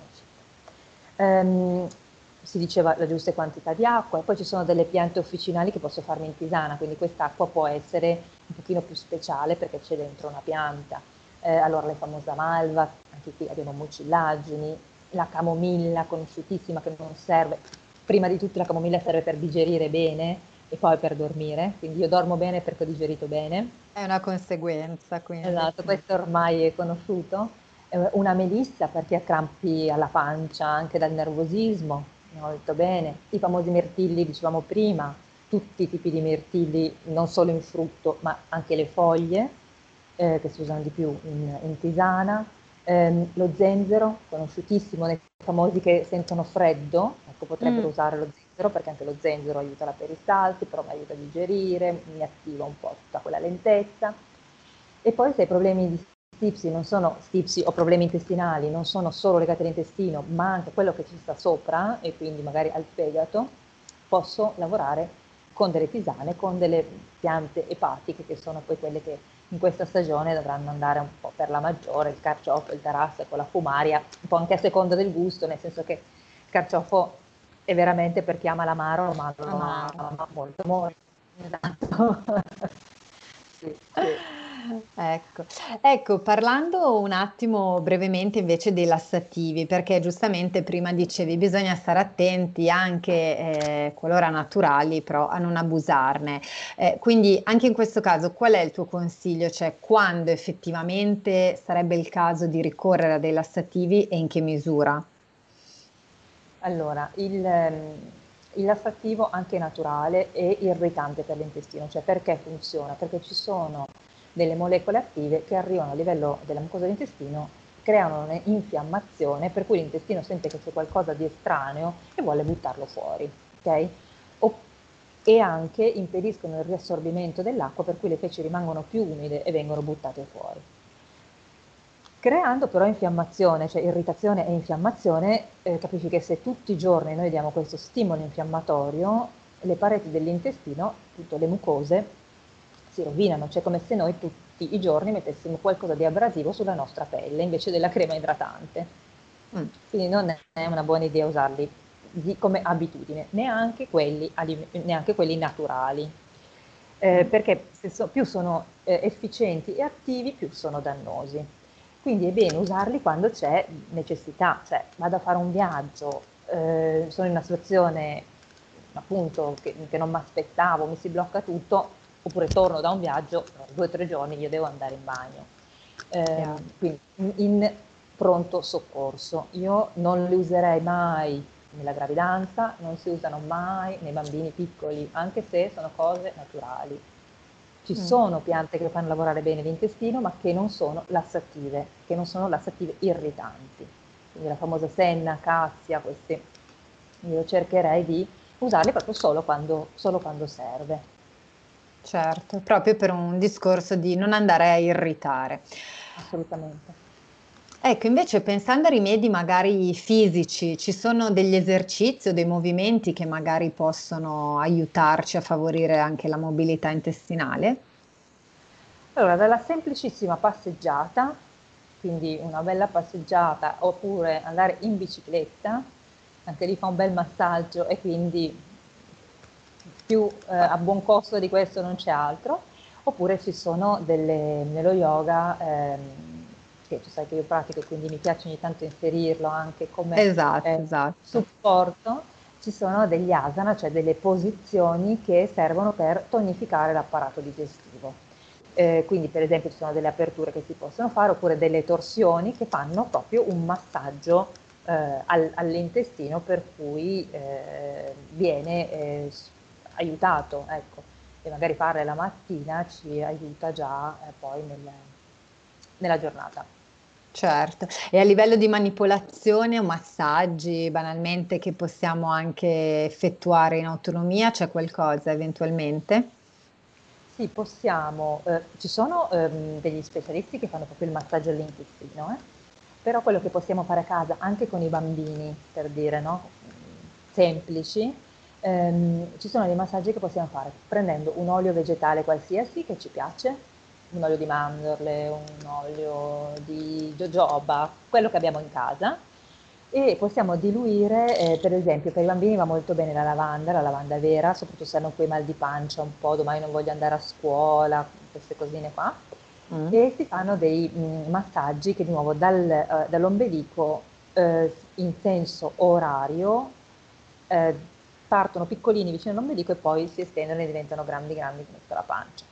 Ehm, si diceva la giusta quantità di acqua, e poi ci sono delle piante officinali che posso farmi in tisana, quindi quest'acqua può essere un pochino più speciale perché c'è dentro una pianta. Eh, allora la famosa malva, anche qui abbiamo mucillagini, la camomilla conosciutissima che non serve, prima di tutto la camomilla serve per digerire bene e poi per dormire, quindi io dormo bene perché ho digerito bene.
È una conseguenza, quindi.
Esatto, questo ormai è conosciuto. Eh, Una melissa per chi ha crampi alla pancia anche dal nervosismo, molto bene. I famosi mirtilli, dicevamo prima, tutti i tipi di mirtilli, non solo in frutto, ma anche le foglie, eh, che si usano di più in, in tisana. Ehm, lo zenzero, conosciutissimo, nei famosi che sentono freddo, ecco, potrebbero
Mm.
usare lo zenzero perché anche lo zenzero aiuta la peristalsi, però mi aiuta a digerire, mi attiva un po' tutta quella lentezza. E poi se i problemi di stipsi non sono stipsi o problemi intestinali, non sono solo legati all'intestino, ma anche a quello che ci sta sopra e quindi magari al fegato, posso lavorare con delle tisane, con delle piante epatiche che sono poi quelle che in questa stagione dovranno andare un po' per la maggiore, il carciofo, il tarassaco, la fumaria, un po' anche a seconda del gusto, nel senso che il carciofo è veramente per chi ama l'amaro, ma lo
Amaro.
ama molto molto. Esatto. Sì, sì.
Ecco. Ecco, parlando un attimo brevemente invece dei lassativi, perché giustamente prima dicevi bisogna stare attenti anche, eh, qualora naturali, però a non abusarne. Eh, quindi anche in questo caso, qual è il tuo consiglio? Cioè, quando effettivamente sarebbe il caso di ricorrere a dei lassativi e in che misura?
Allora, il, ehm, il lassativo anche naturale è irritante per l'intestino, cioè perché funziona? Perché ci sono delle molecole attive che arrivano a livello della mucosa dell'intestino, creano un'infiammazione per cui l'intestino sente che c'è qualcosa di estraneo e vuole buttarlo fuori, ok? O- e anche impediscono il riassorbimento dell'acqua per cui le feci rimangono più umide e vengono buttate fuori. Creando però infiammazione, cioè irritazione e infiammazione, eh, capisci che se tutti i giorni noi diamo questo stimolo infiammatorio, le pareti dell'intestino, tutte le mucose, si rovinano, cioè come se noi tutti i giorni mettessimo qualcosa di abrasivo sulla nostra pelle invece della crema idratante.
Mm.
Quindi non è una buona idea usarli di- come abitudine, neanche quelli, alime- neanche quelli naturali. Eh,
Mm.
perché se so- più sono eh, efficienti e attivi, più sono dannosi. Quindi è bene usarli quando c'è necessità, cioè vado a fare un viaggio, eh, sono in una situazione appunto che, che non mi aspettavo, mi si blocca tutto, oppure torno da un viaggio, due o tre giorni io devo andare in bagno. Ehm,
Chiaro.
quindi in, in pronto soccorso. Io non li userei mai nella gravidanza, non si usano mai nei bambini piccoli, anche se sono cose naturali. Ci
Mm.
sono piante che fanno lavorare bene l'intestino, ma che non sono lassative, che non sono lassative irritanti. Quindi la famosa senna, cassia, queste io cercherei di usarli proprio solo quando, solo quando serve.
Certo, proprio per un discorso di non andare a irritare.
Assolutamente.
Ecco, invece pensando a rimedi magari fisici, ci sono degli esercizi o dei movimenti che magari possono aiutarci a favorire anche la mobilità intestinale?
Allora, dalla semplicissima passeggiata, quindi una bella passeggiata, oppure andare in bicicletta, anche lì fa un bel massaggio e quindi più eh, a buon costo di questo non c'è altro. Oppure ci sono delle, nello yoga, ehm, che tu sai che io pratico e quindi mi piace ogni tanto inserirlo anche come
Esatto,
eh,
esatto.
supporto, ci sono degli asana, cioè delle posizioni che servono per tonificare l'apparato digestivo. Eh, quindi per esempio ci sono delle aperture che si possono fare oppure delle torsioni che fanno proprio un massaggio eh, al, all'intestino per cui eh, viene eh, s- aiutato, ecco, e magari farle la mattina ci aiuta già eh, poi nel- nella giornata.
Certo. E a livello di manipolazione o massaggi, banalmente, che possiamo anche effettuare in autonomia, c'è qualcosa eventualmente?
Sì, possiamo, eh, ci sono ehm, degli specialisti che fanno proprio il massaggio all'intestino, eh? Però quello che possiamo fare a casa anche con i bambini, per dire, no? Semplici, ehm, ci sono dei massaggi che possiamo fare prendendo un olio vegetale qualsiasi che ci piace, un olio di mandorle, un olio di jojoba, quello che abbiamo in casa, e possiamo diluire, eh, per esempio, per i bambini va molto bene la lavanda, la lavanda vera, soprattutto se hanno quei mal di pancia un po', domani non voglio andare a scuola, queste cosine qua.
Mm.
E si fanno dei mh, massaggi che di nuovo dal, eh, dall'ombelico eh, in senso orario eh, partono piccolini vicino all'ombelico e poi si estendono e diventano grandi grandi come tutta la pancia.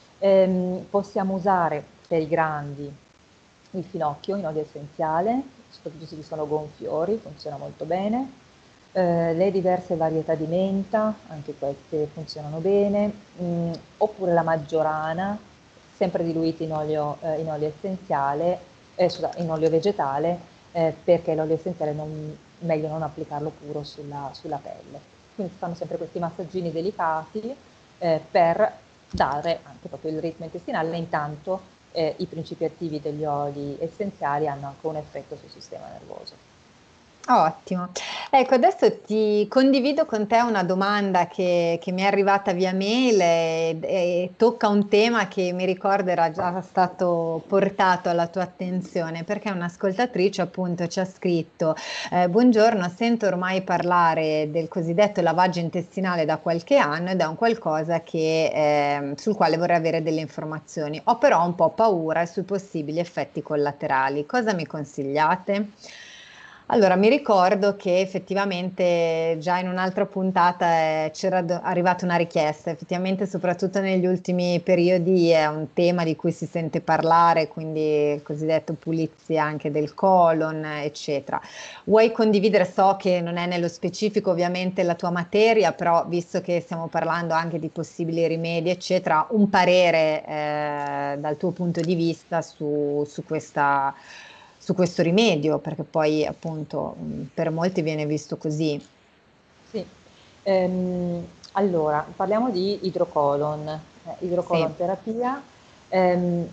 Ehm, possiamo usare per i grandi il finocchio in olio essenziale, soprattutto se ci sono gonfiori, funziona molto bene. Eh, le diverse varietà di menta, anche queste funzionano bene. Mm, oppure la maggiorana, sempre diluita in olio, eh, in olio essenziale, eh, scusa, in olio vegetale, eh, perché l'olio essenziale non, meglio non applicarlo puro sulla, sulla pelle. Quindi si fanno sempre questi massaggini delicati eh, per dare anche proprio il ritmo intestinale, intanto eh, i principi attivi degli oli essenziali hanno anche un effetto sul sistema nervoso.
Ottimo. Ecco, adesso ti condivido con te una domanda che, che mi è arrivata via mail e, e tocca un tema che mi ricordo era già stato portato alla tua attenzione, perché un'ascoltatrice appunto ci ha scritto: eh, buongiorno, sento ormai parlare del cosiddetto lavaggio intestinale da qualche anno ed è un qualcosa che, ehm, sul quale vorrei avere delle informazioni. Ho però un po' paura sui possibili effetti collaterali. Cosa mi consigliate? Allora, mi ricordo che effettivamente già in un'altra puntata eh, c'era do- arrivata una richiesta, effettivamente soprattutto negli ultimi periodi è un tema di cui si sente parlare, quindi il cosiddetto pulizia anche del colon, eccetera. Vuoi condividere? So che non è nello specifico ovviamente la tua materia, però visto che stiamo parlando anche di possibili rimedi, eccetera, un parere eh, dal tuo punto di vista su, su questa, su questo rimedio, perché poi appunto mh, per molti viene visto così.
Sì. Ehm, allora, parliamo di idrocolon. Eh,
Sì.
idrocolon terapia, ehm,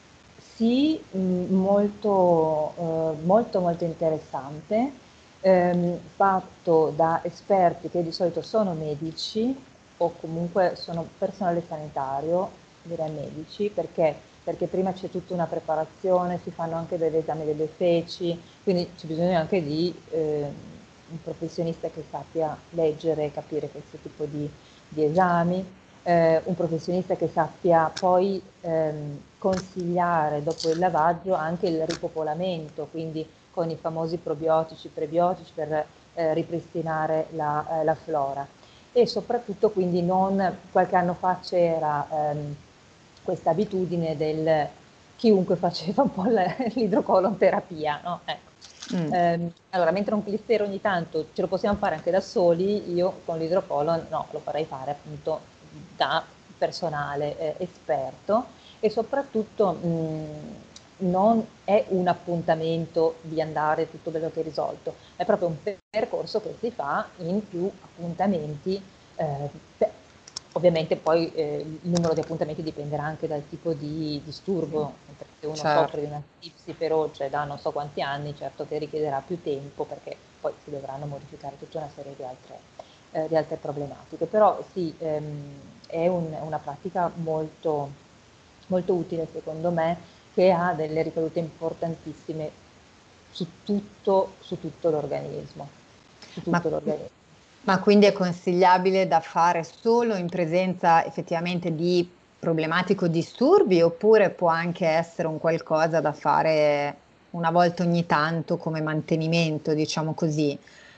sì, mh, molto, eh, molto, molto interessante, ehm, fatto da esperti che di solito sono medici o comunque sono personale sanitario, direi medici, perché? Perché prima c'è tutta una preparazione, si fanno anche degli esami delle feci, quindi c'è bisogno anche di eh, un professionista che sappia leggere e capire questo tipo di, di esami, eh, un professionista che sappia poi ehm, consigliare dopo il lavaggio anche il ripopolamento, quindi con i famosi probiotici, prebiotici per eh, ripristinare la, eh, la flora. E soprattutto quindi non, qualche anno fa c'era ehm, questa abitudine del chiunque faceva un po' l'idrocolon terapia, no? Ecco.
Mm.
Ehm, allora, mentre un clistero ogni tanto ce lo possiamo fare anche da soli, io con l'idrocolon no, lo farei fare appunto da personale eh, esperto e soprattutto mh, non è un appuntamento di andare tutto bello che è risolto, è proprio un percorso che si fa in più appuntamenti, eh, beh, ovviamente poi eh, il numero di appuntamenti dipenderà anche dal tipo di disturbo, perché se uno
Certo.
soffre di una tipsi feroce da non so quanti anni, certo che richiederà più tempo perché poi si dovranno modificare tutta una serie di altre, eh, di altre problematiche. Però sì, ehm, è un- una pratica molto, molto utile secondo me, che ha delle ricadute importantissime su tutto, su tutto l'organismo, su
Ma,
tutto l'organismo.
ma quindi è consigliabile da fare solo in presenza effettivamente di problematico disturbi oppure può anche essere un qualcosa da fare una volta ogni tanto come mantenimento, diciamo così?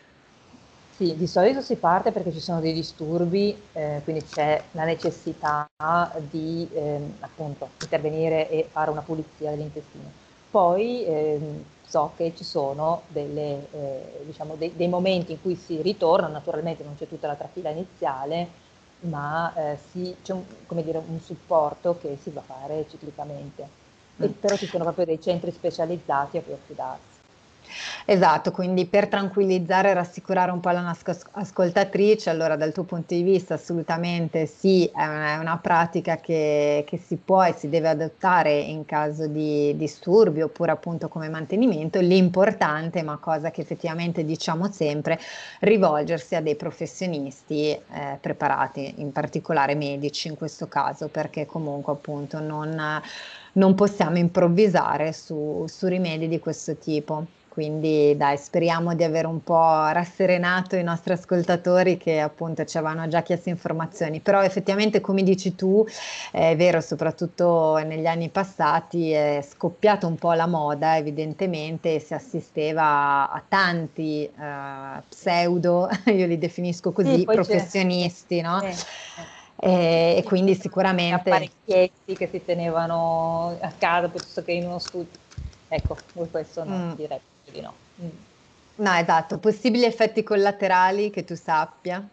Sì, di solito si parte perché ci sono dei disturbi, eh, quindi c'è la necessità di ehm, appunto intervenire e fare una pulizia dell'intestino. Poi ehm, so che ci sono delle, eh, diciamo, dei, dei momenti in cui si ritorna, naturalmente non c'è tutta la trafila iniziale, ma eh, si- c'è un, come dire, un supporto che si va a fare ciclicamente. E
Mm.
però ci sono proprio dei centri specializzati a cui affidarsi.
Esatto, quindi per tranquillizzare e rassicurare un po' la nostra as- ascoltatrice, allora dal tuo punto di vista assolutamente sì, è una, è una pratica che, che si può e si deve adottare in caso di disturbi oppure appunto come mantenimento. L'importante, ma cosa che effettivamente diciamo sempre, rivolgersi a dei professionisti eh, preparati, in particolare medici in questo caso, perché comunque appunto non non possiamo improvvisare su, su rimedi di questo tipo. Quindi dai, speriamo di aver un po' rasserenato i nostri ascoltatori che appunto ci avevano già chiesto informazioni, però effettivamente come dici tu, è vero, soprattutto negli anni passati è scoppiata un po' la moda, evidentemente, e si assisteva a tanti eh, pseudo, io li definisco
Sì,
così,
poi c'è sì,
professionisti, no?
eh, eh.
E, e
Sì, poi
quindi
c'erano anche degli
sicuramente.
apparecchietti che si tenevano a casa piuttosto che in uno studio. Ecco, questo no,
Mm.
direi di no. Mm.
No, esatto, possibili effetti collaterali che tu sappia.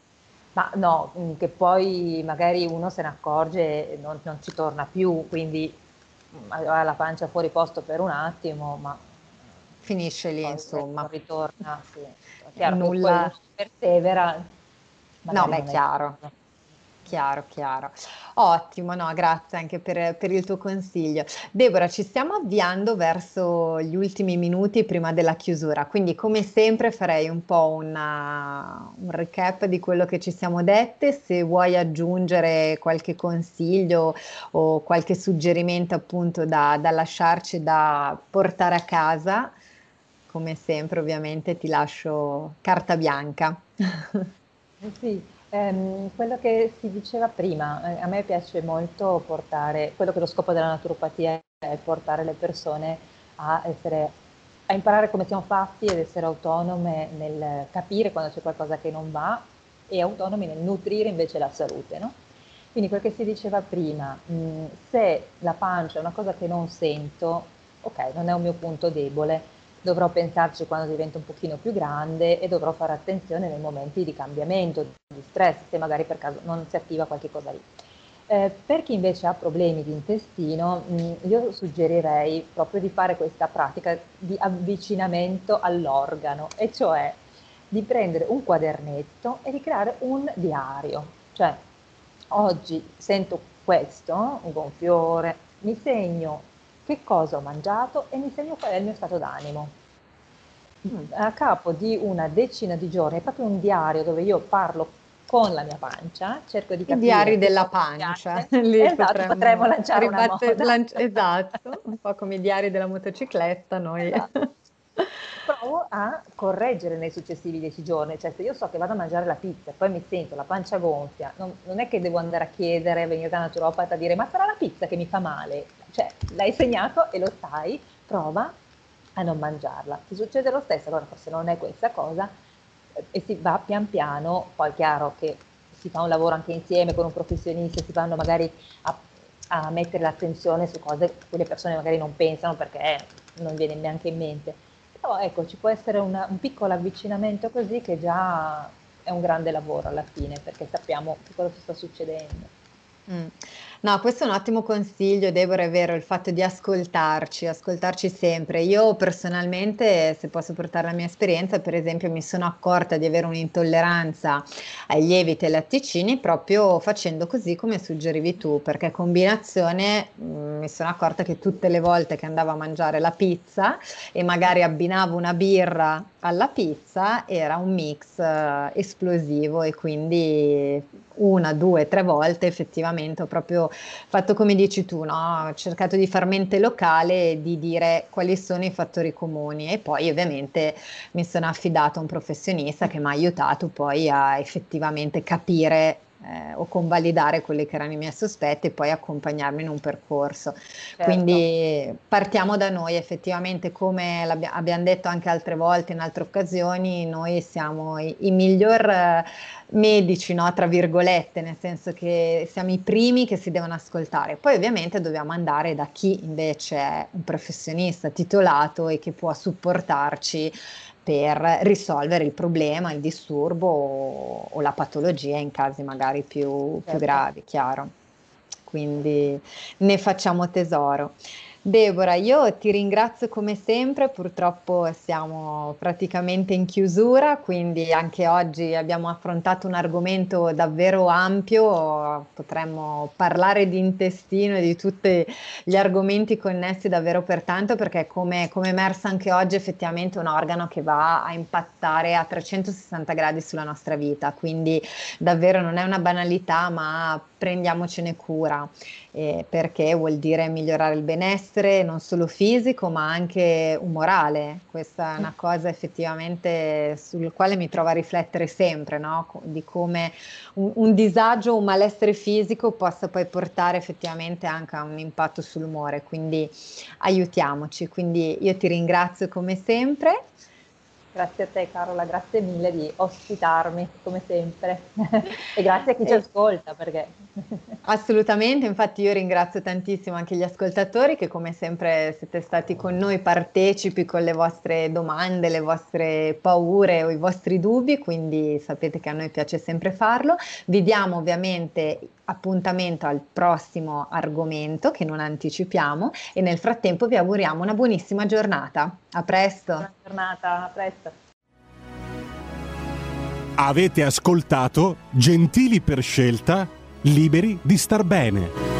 Ma no, mm, che poi magari uno se ne accorge e non, non ci torna più, quindi mm, aveva la pancia fuori posto per un attimo, ma
Finisce lì,
poi ecco,
insomma.
ritorna, sì. È
E
chiaro che poi
nulla.
uno persevera,
No,
magari
beh,
non è il
chiaro,
caso.
chiaro, chiaro. Ottimo, no, grazie anche per, per il tuo consiglio. Deborah, ci stiamo avviando verso gli ultimi minuti prima della chiusura, quindi come sempre farei un po' una- un recap di quello che ci siamo dette. Se vuoi aggiungere qualche consiglio o qualche suggerimento appunto da, da lasciarci, da portare a casa, come sempre ovviamente ti lascio carta bianca.
Eh sì, ehm, quello che si diceva prima, eh, a me piace molto portare, quello che lo scopo della naturopatia è portare le persone a essere, a imparare come siamo fatti ed essere autonome nel capire quando c'è qualcosa che non va e autonomi nel nutrire invece la salute, no? Quindi quel che si diceva prima, mh, se la pancia è una cosa che non sento, ok, non è un mio punto debole, dovrò pensarci quando divento un pochino più grande e dovrò fare attenzione nei momenti di cambiamento, di stress, se magari per caso non si attiva qualche cosa lì. Eh, per chi invece ha problemi di intestino, mh, io suggerirei proprio di fare questa pratica di avvicinamento all'organo, e cioè di prendere un quadernetto e di creare un diario. Cioè, oggi sento questo, un gonfiore, mi segno che cosa ho mangiato e mi segno qual è il mio stato d'animo.
Mm.
A capo di una decina di giorni, è proprio un diario dove io parlo con la mia pancia, cerco di
I diari
capire che
della
cosa mi
pancia,
piace.
lì
Esatto, potremmo
potremmo
lanciare una
ribatte-
moda.
lanci- esatto, un po' come i diari della motocicletta, noi.
Esatto. Provo a correggere nei successivi dieci giorni, cioè se io so che vado a mangiare la pizza e poi mi sento la pancia gonfia, non, non è che devo andare a chiedere, venire da naturopata a dire ma sarà la pizza che mi fa male, cioè l'hai segnato e lo sai, prova a non mangiarla. Ti succede lo stesso, allora forse non è questa cosa eh, e si va pian piano, poi è chiaro che si fa un lavoro anche insieme con un professionista, si vanno magari a, a mettere l'attenzione su cose che le persone magari non pensano perché non viene neanche in mente. Però ecco, ci può essere una- un piccolo avvicinamento così che già è un grande lavoro alla fine, perché sappiamo che cosa ci sta succedendo.
Mm. No, questo è un ottimo consiglio, Deborah, è vero, il fatto di ascoltarci, ascoltarci sempre. Io personalmente, se posso portare la mia esperienza, per esempio, mi sono accorta di avere un'intolleranza ai lieviti e ai latticini proprio facendo così come suggerivi tu, perché combinazione, mm, mi sono accorta che tutte le volte che andavo a mangiare la pizza e magari abbinavo una birra alla pizza, era un mix eh, esplosivo e quindi una, due, tre volte effettivamente ho proprio fatto come dici tu, no? Ho cercato di far mente locale e di dire quali sono i fattori comuni e poi ovviamente mi sono affidato a un professionista che mi ha aiutato poi a effettivamente capire eh, o convalidare quelli che erano i miei sospetti e poi accompagnarmi in un percorso.
Certo.
Quindi partiamo da noi, effettivamente, come abbiamo detto anche altre volte, in altre occasioni, noi siamo i, i miglior eh, medici, no? Tra virgolette, nel senso che siamo i primi che si devono ascoltare. Poi ovviamente dobbiamo andare da chi invece è un professionista titolato e che può supportarci per risolvere il problema, il disturbo o, o la patologia in casi magari più, più
Certo.
gravi, chiaro. Quindi ne facciamo tesoro. Deborah, io ti ringrazio come sempre, purtroppo siamo praticamente in chiusura, quindi anche oggi abbiamo affrontato un argomento davvero ampio, potremmo parlare di intestino e di tutti gli argomenti connessi davvero per tanto, perché come, come emerso anche oggi effettivamente è un organo che va a impattare a trecentosessanta gradi sulla nostra vita, quindi davvero non è una banalità, ma prendiamocene cura eh, perché vuol dire migliorare il benessere non solo fisico ma anche umorale. Questa è una cosa effettivamente sul quale mi trovo a riflettere sempre, no? Di come un, un disagio, un malessere fisico possa poi portare effettivamente anche a un impatto sull'umore, quindi aiutiamoci. Quindi io ti ringrazio come sempre.
Grazie a te Carola, grazie mille di ospitarmi come sempre e grazie a chi ci
E-
ascolta perché
Assolutamente, infatti io ringrazio tantissimo anche gli ascoltatori che come sempre siete stati con noi partecipi con le vostre domande, le vostre paure o i vostri dubbi, quindi sapete che a noi piace sempre farlo. Vi diamo ovviamente appuntamento al prossimo argomento che non anticipiamo e nel frattempo vi auguriamo una buonissima giornata. A presto!
buona giornata, a presto.
Avete ascoltato Gentili per scelta, liberi di star bene.